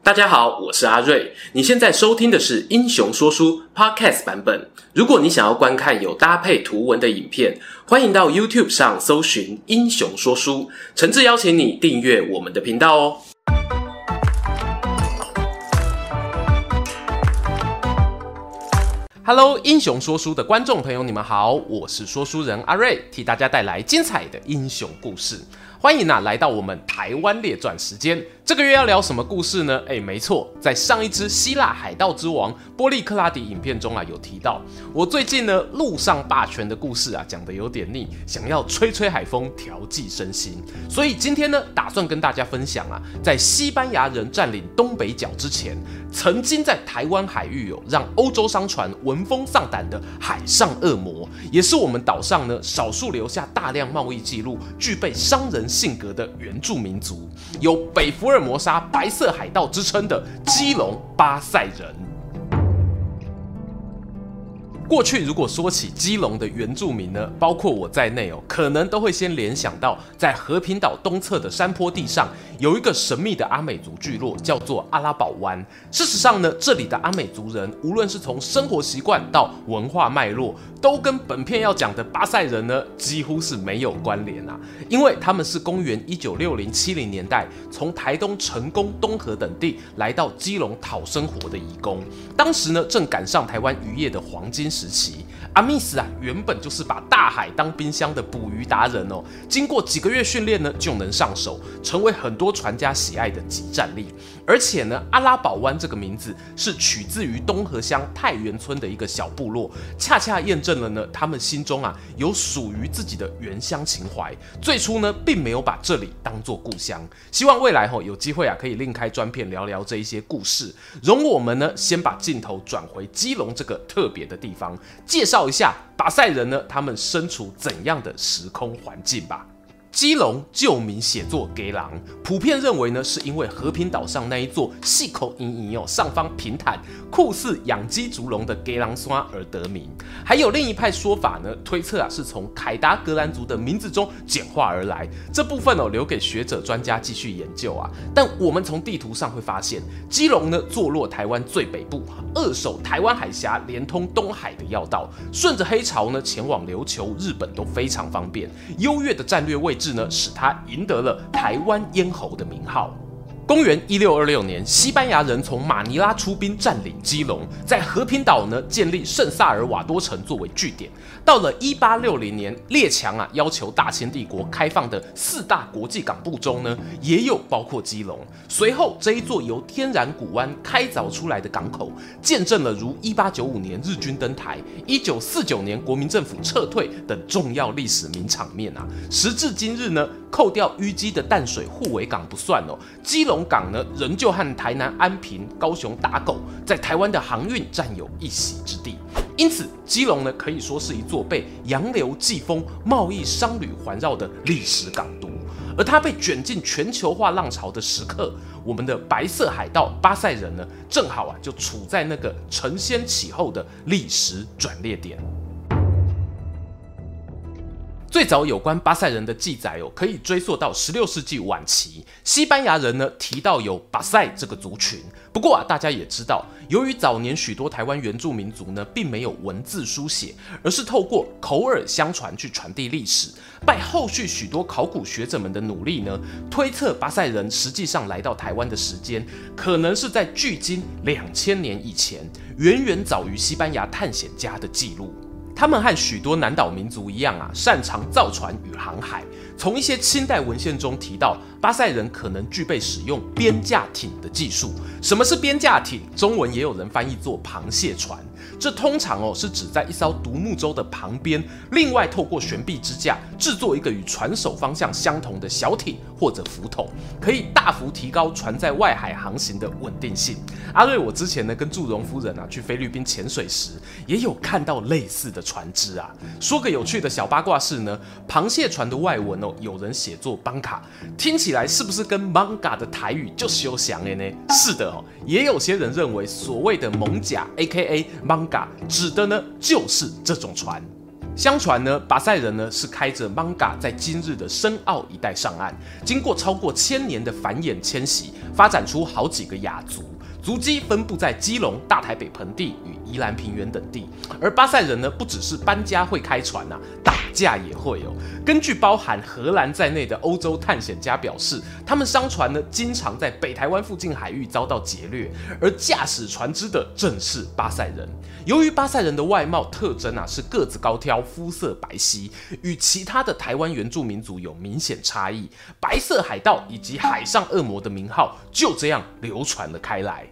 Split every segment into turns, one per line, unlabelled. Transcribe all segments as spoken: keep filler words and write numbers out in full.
大家好，我是阿瑞。你现在收听的是英雄说书 Podcast 版本。如果你想要观看有搭配图文的影片，欢迎到 YouTube 上搜寻英雄说书，诚挚邀请你订阅我们的频道哦。Hello， 英雄说书的观众朋友，你们好，我是说书人阿瑞，替大家带来精彩的英雄故事。欢迎啊，来到我们台湾列传时间。这个月要聊什么故事呢？哎，没错，在上一支希腊海盗之王波利克拉底影片中啊，有提到我最近呢陆上霸权的故事啊，讲得有点腻，想要吹吹海风，调剂身心。所以今天呢，打算跟大家分享啊，在西班牙人占领东北角之前，曾经在台湾海域有、哦、让欧洲商船闻风丧胆的海上恶魔，也是我们岛上呢少数留下大量贸易记录、具备商人性格的原住民族，有北福尔摩沙白色海盗之称的基隆巴塞人。过去如果说起基隆的原住民呢，包括我在内哦，可能都会先联想到在和平岛东侧的山坡地上有一个神秘的阿美族聚落，叫做阿拉堡湾。事实上呢，这里的阿美族人，无论是从生活习惯到文化脉络，都跟本片要讲的巴塞人呢几乎是没有关联啊，因为他们是公元一九六零、七零年代从台东成功、东河等地来到基隆讨生活的移工。当时呢，正赶上台湾渔业的黄金时期。阿密斯啊，原本就是把大海当冰箱的捕鱼达人哦，经过几个月训练呢，就能上手，成为很多船家喜爱的即战力。而且呢，阿拉堡湾这个名字是取自于东河乡太原村的一个小部落，恰恰验证了呢，他们心中啊有属于自己的原乡情怀。最初呢，并没有把这里当作故乡。希望未来吼、哦、有机会啊，可以另开专片聊聊这一些故事。容我们呢，先把镜头转回基隆这个特别的地方，介绍一下巴塞人呢，他们身处怎样的时空环境吧。基隆旧名写作基隆，普遍认为呢，是因为和平岛上那一座细口盈盈哦，上方平坦、酷似养鸡逐笼的基隆山而得名。还有另一派说法呢，推测啊是从凯达格兰族的名字中简化而来。这部分哦留给学者专家继续研究啊。但我们从地图上会发现，基隆呢坐落台湾最北部，扼守台湾海峡连通东海的要道，顺着黑潮呢前往琉球、日本都非常方便。优越的战略位置呢，使他赢得了台湾咽喉的名号。公元一六二六年，西班牙人从马尼拉出兵占领基隆，在和平岛呢建立圣萨尔瓦多城作为据点。到了一八六零年，列强啊要求大清帝国开放的四大国际港埠中呢，也有包括基隆。随后，这一座由天然谷湾开凿出来的港口，见证了如一八九五年日军登台、一九四九年国民政府撤退等重要历史名场面啊。时至今日呢，扣掉淤积的淡水护卫港不算哦，基隆港呢，仍旧和台南安平、高雄打狗，在台湾的航运占有一席之地。因此，基隆呢可以说是一座被洋流、季风、贸易商旅环绕的历史港都。而它被卷进全球化浪潮的时刻，我们的白色海盗巴塞人呢，正好啊就处在那个承先启后的历史转捩点。最早有关巴塞人的记载哦，可以追溯到十六世纪晚期，西班牙人呢提到有巴塞这个族群。不过啊，大家也知道，由于早年许多台湾原住民族呢，并没有文字书写，而是透过口耳相传去传递历史。拜后续许多考古学者们的努力呢，推测巴塞人实际上来到台湾的时间，可能是在距今两千年以前，远远早于西班牙探险家的记录。他们和许多南岛民族一样啊，擅长造船与航海。从一些清代文献中提到，巴塞人可能具备使用边架艇的技术。什么是边架艇？中文也有人翻译作螃蟹船。这通常哦是指在一艘独木舟的旁边，另外透过悬臂支架制作一个与船首方向相同的小艇或者浮筒，可以大幅提高船在外海航行的稳定性。阿瑞，我之前呢跟祝融夫人啊去菲律宾潜水时，也有看到类似的船只啊。说个有趣的小八卦是呢，螃蟹船的外文哦，有人写作邦卡，听起来是不是跟 manga 的台语就休想了呢？是的哦，也有些人认为所谓的蒙甲 A K A manga 指的呢就是这种船。 相传呢，巴塞人呢是开着 manga 在今日的深澳一带上岸，经过超过千年的繁衍迁徙，发展出好几个亚族。足迹分布在基隆、大台北盆地与宜兰平原等地，而巴塞人呢，不只是搬家会开船啊，打架也会哦。根据包含荷兰在内的欧洲探险家表示，他们商船呢，经常在北台湾附近海域遭到劫掠，而驾驶船只的正是巴塞人。由于巴塞人的外貌特征啊是个子高挑、肤色白皙，与其他的台湾原住民族有明显差异，白色海盗以及海上恶魔的名号就这样流传了开来。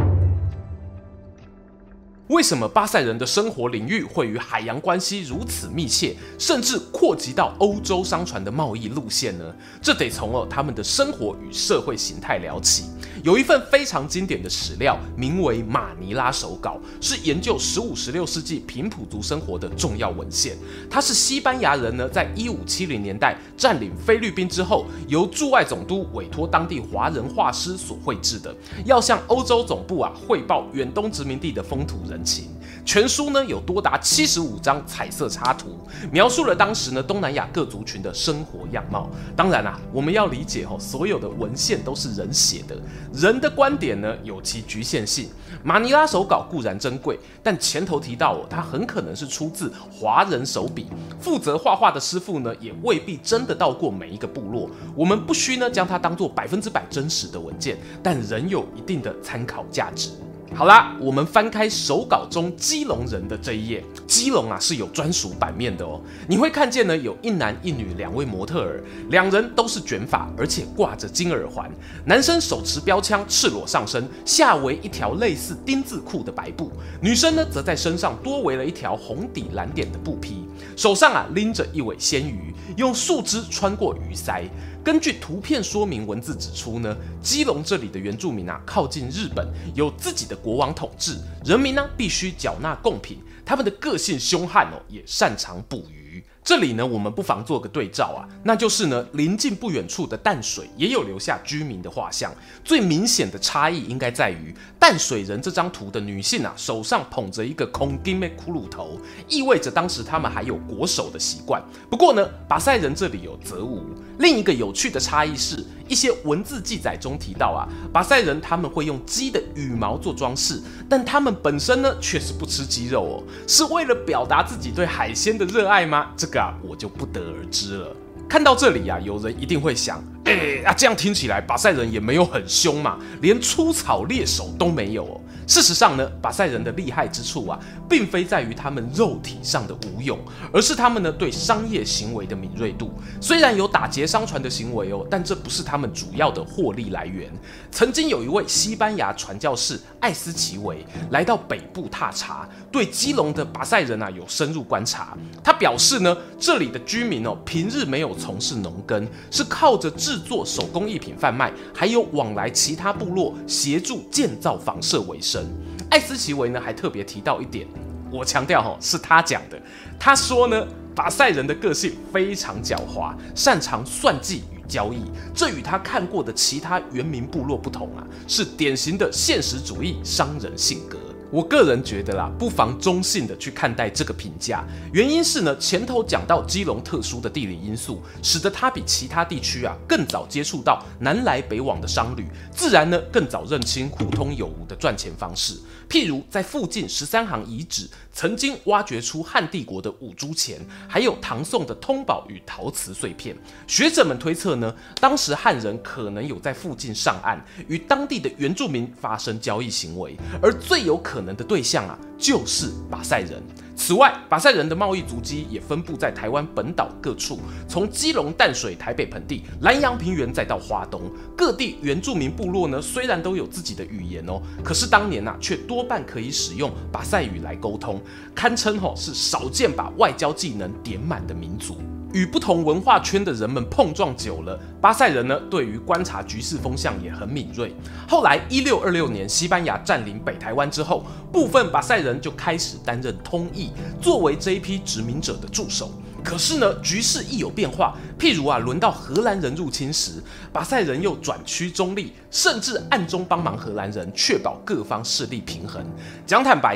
为什么巴塞人的生活领域会与海洋关系如此密切，甚至扩及到欧洲商船的贸易路线呢？这得从哦他们的生活与社会形态聊起。有一份非常经典的史料，名为《马尼拉手稿》，是研究十五、十六世纪平埔族生活的重要文献。它是西班牙人呢在一五七零年代占领菲律宾之后，由驻外总督委托当地华人画师所绘制的，要向欧洲总部啊汇报远东殖民地的风土人情。全书呢有多达七十五张彩色插图，描述了当时呢东南亚各族群的生活样貌。当然啦、啊，我们要理解哦，所有的文献都是人写的，人的观点呢有其局限性。马尼拉手稿固然珍贵，但前头提到哦，它很可能是出自华人手笔，负责画画的师傅呢也未必真的到过每一个部落。我们不需呢将它当作百分之百真实的文件，但仍有一定的参考价值。好啦，我们翻开手稿中基隆人的这一页。基隆啊是有专属版面的哦。你会看见呢，有一男一女两位模特儿，两人都是卷发，而且挂着金耳环。男生手持标枪，赤裸上身，下围一条类似丁字裤的白布；女生呢，则在身上多围了一条红底蓝点的布匹，手上啊拎着一尾鲜鱼，用树枝穿过鱼鳃。根据图片说明文字指出呢，基隆这里的原住民啊，靠近日本，有自己的国王统治，人民呢必须缴纳贡品，他们的个性凶悍哦，也擅长捕鱼。这里呢，我们不妨做个对照啊，那就是呢，临近不远处的淡水也有留下居民的画像。最明显的差异应该在于，淡水人这张图的女性啊，手上捧着一个空金的骷髅头，意味着当时他们还有国手的习惯。不过呢，巴塞人这里有则无。另一个有趣的差异是，一些文字记载中提到啊，巴塞人他们会用鸡的羽毛做装饰，但他们本身呢却是不吃鸡肉哦，是为了表达自己对海鲜的热爱吗？这个啊，我就不得而知了。看到这里啊，有人一定会想，哎、欸、啊，这样听起来巴塞人也没有很凶嘛，连出草猎手都没有哦。事实上呢，巴塞人的厉害之处啊，并非在于他们肉体上的无勇，而是他们呢对商业行为的敏锐度。虽然有打劫商船的行为哦，但这不是他们主要的获利来源。曾经有一位西班牙传教士艾斯奇维来到北部踏查，对基隆的巴塞人啊有深入观察。他表示呢，这里的居民哦，平日没有从事农耕，是靠着制作手工艺品贩卖，还有往来其他部落协助建造房舍为生。艾斯奇维呢还特别提到一点，我强调哈是他讲的。他说呢，巴塞人的个性非常狡猾，擅长算计与交易，这与他看过的其他原民部落不同啊，是典型的现实主义商人性格。我个人觉得啦，不妨中性的去看待这个评价。原因是呢，前头讲到基隆特殊的地理因素，使得它比其他地区啊更早接触到南来北往的商旅，自然呢更早认清互通有无的赚钱方式。譬如在附近十三行遗址，曾经挖掘出汉帝国的五铢钱，还有唐宋的通宝与陶瓷碎片。学者们推测呢，当时汉人可能有在附近上岸，与当地的原住民发生交易行为，而最有可能可能的对象啊，就是巴塞人。此外，巴塞人的贸易足迹也分布在台湾本岛各处，从基隆、淡水、台北盆地、南洋平原，再到花东各地原住民部落呢，虽然都有自己的语言哦，可是当年啊，却多半可以使用巴塞语来沟通，堪称哦是少见把外交技能点满的民族。与不同文化圈的人们碰撞久了，巴塞人呢对于观察局势风向也很敏锐。后来一六二六年西班牙占领北台湾之后，部分巴塞人就开始担任通译，作为这一批殖民者的助手。可是呢，局势一有变化，譬如啊，轮到荷兰人入侵时，巴塞人又转趋中立，甚至暗中帮忙荷兰人，确保各方势力平衡。讲坦白的啊，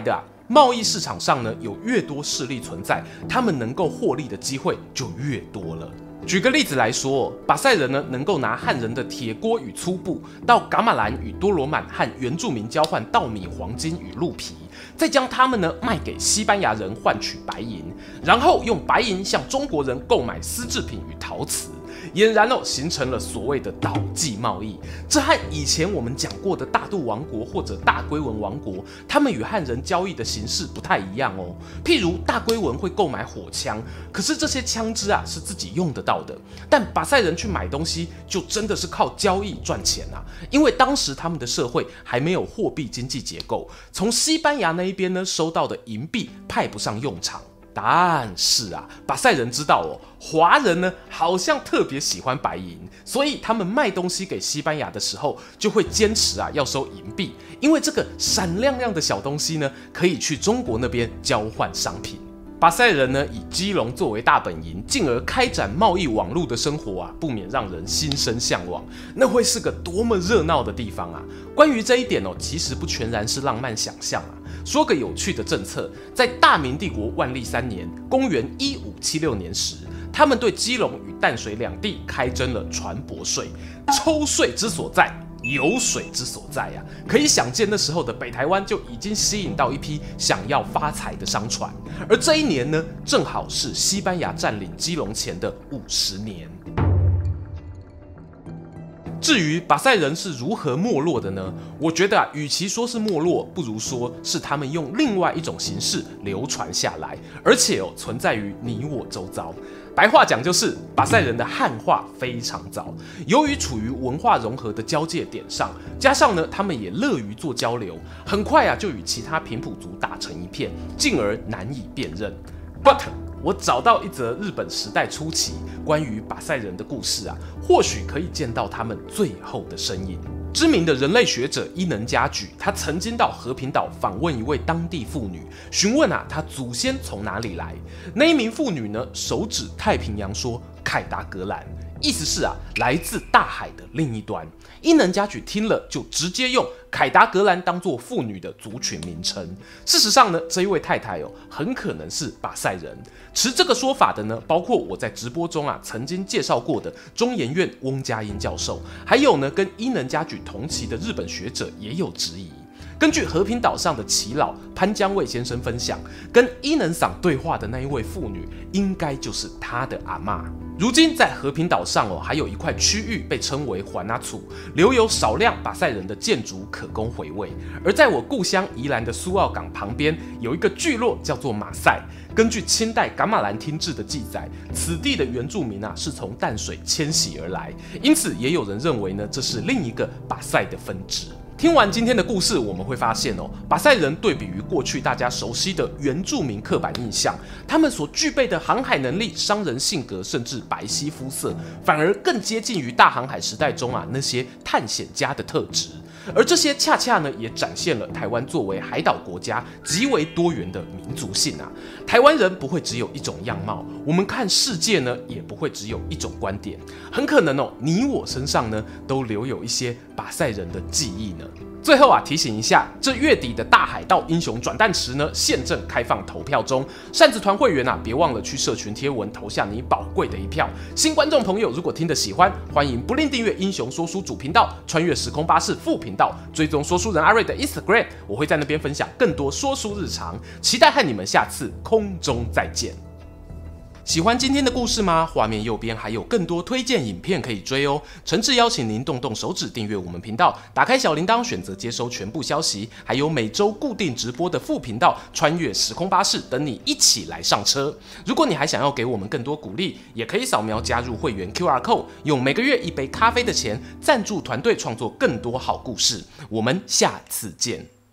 贸易市场上呢有越多势力存在，他们能够获利的机会就越多了。举个例子来说，巴塞人呢能够拿汉人的铁锅与粗布，到噶玛兰与多罗曼和原住民交换稻米、黄金与鹿皮，再将它们呢卖给西班牙人换取白银，然后用白银向中国人购买丝制品与陶瓷。俨然哦，形成了所谓的岛际贸易。这和以前我们讲过的大肚王国或者大龟文王国，他们与汉人交易的形式不太一样哦。譬如大龟文会购买火枪，可是这些枪支啊是自己用得到的，但巴塞人去买东西就真的是靠交易赚钱啊。因为当时他们的社会还没有货币经济结构，从西班牙那一边呢收到的银币派不上用场。但是啊，巴塞人知道哦，华人呢好像特别喜欢白银，所以他们卖东西给西班牙的时候，就会坚持啊要收银币，因为这个闪亮亮的小东西呢，可以去中国那边交换商品。巴塞人呢以基隆作为大本营，进而开展贸易网路的生活啊，不免让人心生向往。那会是个多么热闹的地方啊！关于这一点哦，其实不全然是浪漫想象啊。说个有趣的政策，在大明帝国万历三年（公元一五七六年）时，他们对基隆与淡水两地开征了船舶税。抽税之所在，有水之所在啊！可以想见，那时候的北台湾就已经吸引到一批想要发财的商船。而这一年呢，正好是西班牙占领基隆前的五十年。至于巴塞人是如何没落的呢？我觉得啊，与其说是没落，不如说是他们用另外一种形式流传下来，而且哦存在于你我周遭。白话讲就是，巴塞人的汉化非常早，由于处于文化融合的交界点上，加上呢他们也乐于做交流，很快啊就与其他平埔族打成一片，进而难以辨认。But 我找到一则日本时代初期关于巴塞人的故事啊，或许可以见到他们最后的身影。知名的人类学者伊能嘉矩，他曾经到和平岛访问一位当地妇女，询问啊，她祖先从哪里来。那一名妇女呢，手指太平洋说凯达格兰，意思是啊，来自大海的另一端。伊能嘉矩听了就直接用凯达格兰当作妇女的族群名称。事实上呢，这一位太太哦，很可能是巴塞人。持这个说法的呢，包括我在直播中啊曾经介绍过的中研院翁佳音教授，还有呢跟伊能嘉矩同期的日本学者也有质疑。根据和平岛上的耆老潘江卫先生分享，跟伊能桑对话的那一位妇女，应该就是他的阿嬷。如今在和平岛上哦，还有一块区域被称为环那楚，留有少量巴塞人的建筑可供回味。而在我故乡宜兰的苏澳港旁边，有一个聚落叫做马赛。根据清代噶玛兰厅志的记载，此地的原住民啊是从淡水迁徙而来，因此也有人认为呢，这是另一个巴塞的分支。听完今天的故事，我们会发现哦，巴塞人对比于过去大家熟悉的原住民刻板印象，他们所具备的航海能力、商人性格，甚至白皙肤色，反而更接近于大航海时代中啊那些探险家的特质。而这些恰恰呢，也展现了台湾作为海岛国家极为多元的民族性啊。台湾人不会只有一种样貌，我们看世界呢，也不会只有一种观点。很可能哦，你我身上呢，都留有一些巴塞人的记忆呢。最后啊，提醒一下，这月底的大海盗英雄转蛋池呢，现正开放投票中。扇子团会员啊，别忘了去社群贴文投下你宝贵的一票。新观众朋友如果听得喜欢，欢迎不吝订阅英雄说书主频道、穿越时空巴士副频道，追踪说书人阿瑞的 Instagram， 我会在那边分享更多说书日常。期待和你们下次空中再见。喜欢今天的故事吗？画面右边还有更多推荐影片可以追哦。诚挚邀请您动动手指订阅我们频道，打开小铃铛，选择接收全部消息，还有每周固定直播的副频道穿越时空巴士等你一起来上车。如果你还想要给我们更多鼓励，也可以扫描加入会员 Q R code， 用每个月一杯咖啡的钱赞助团队创作更多好故事。我们下次见。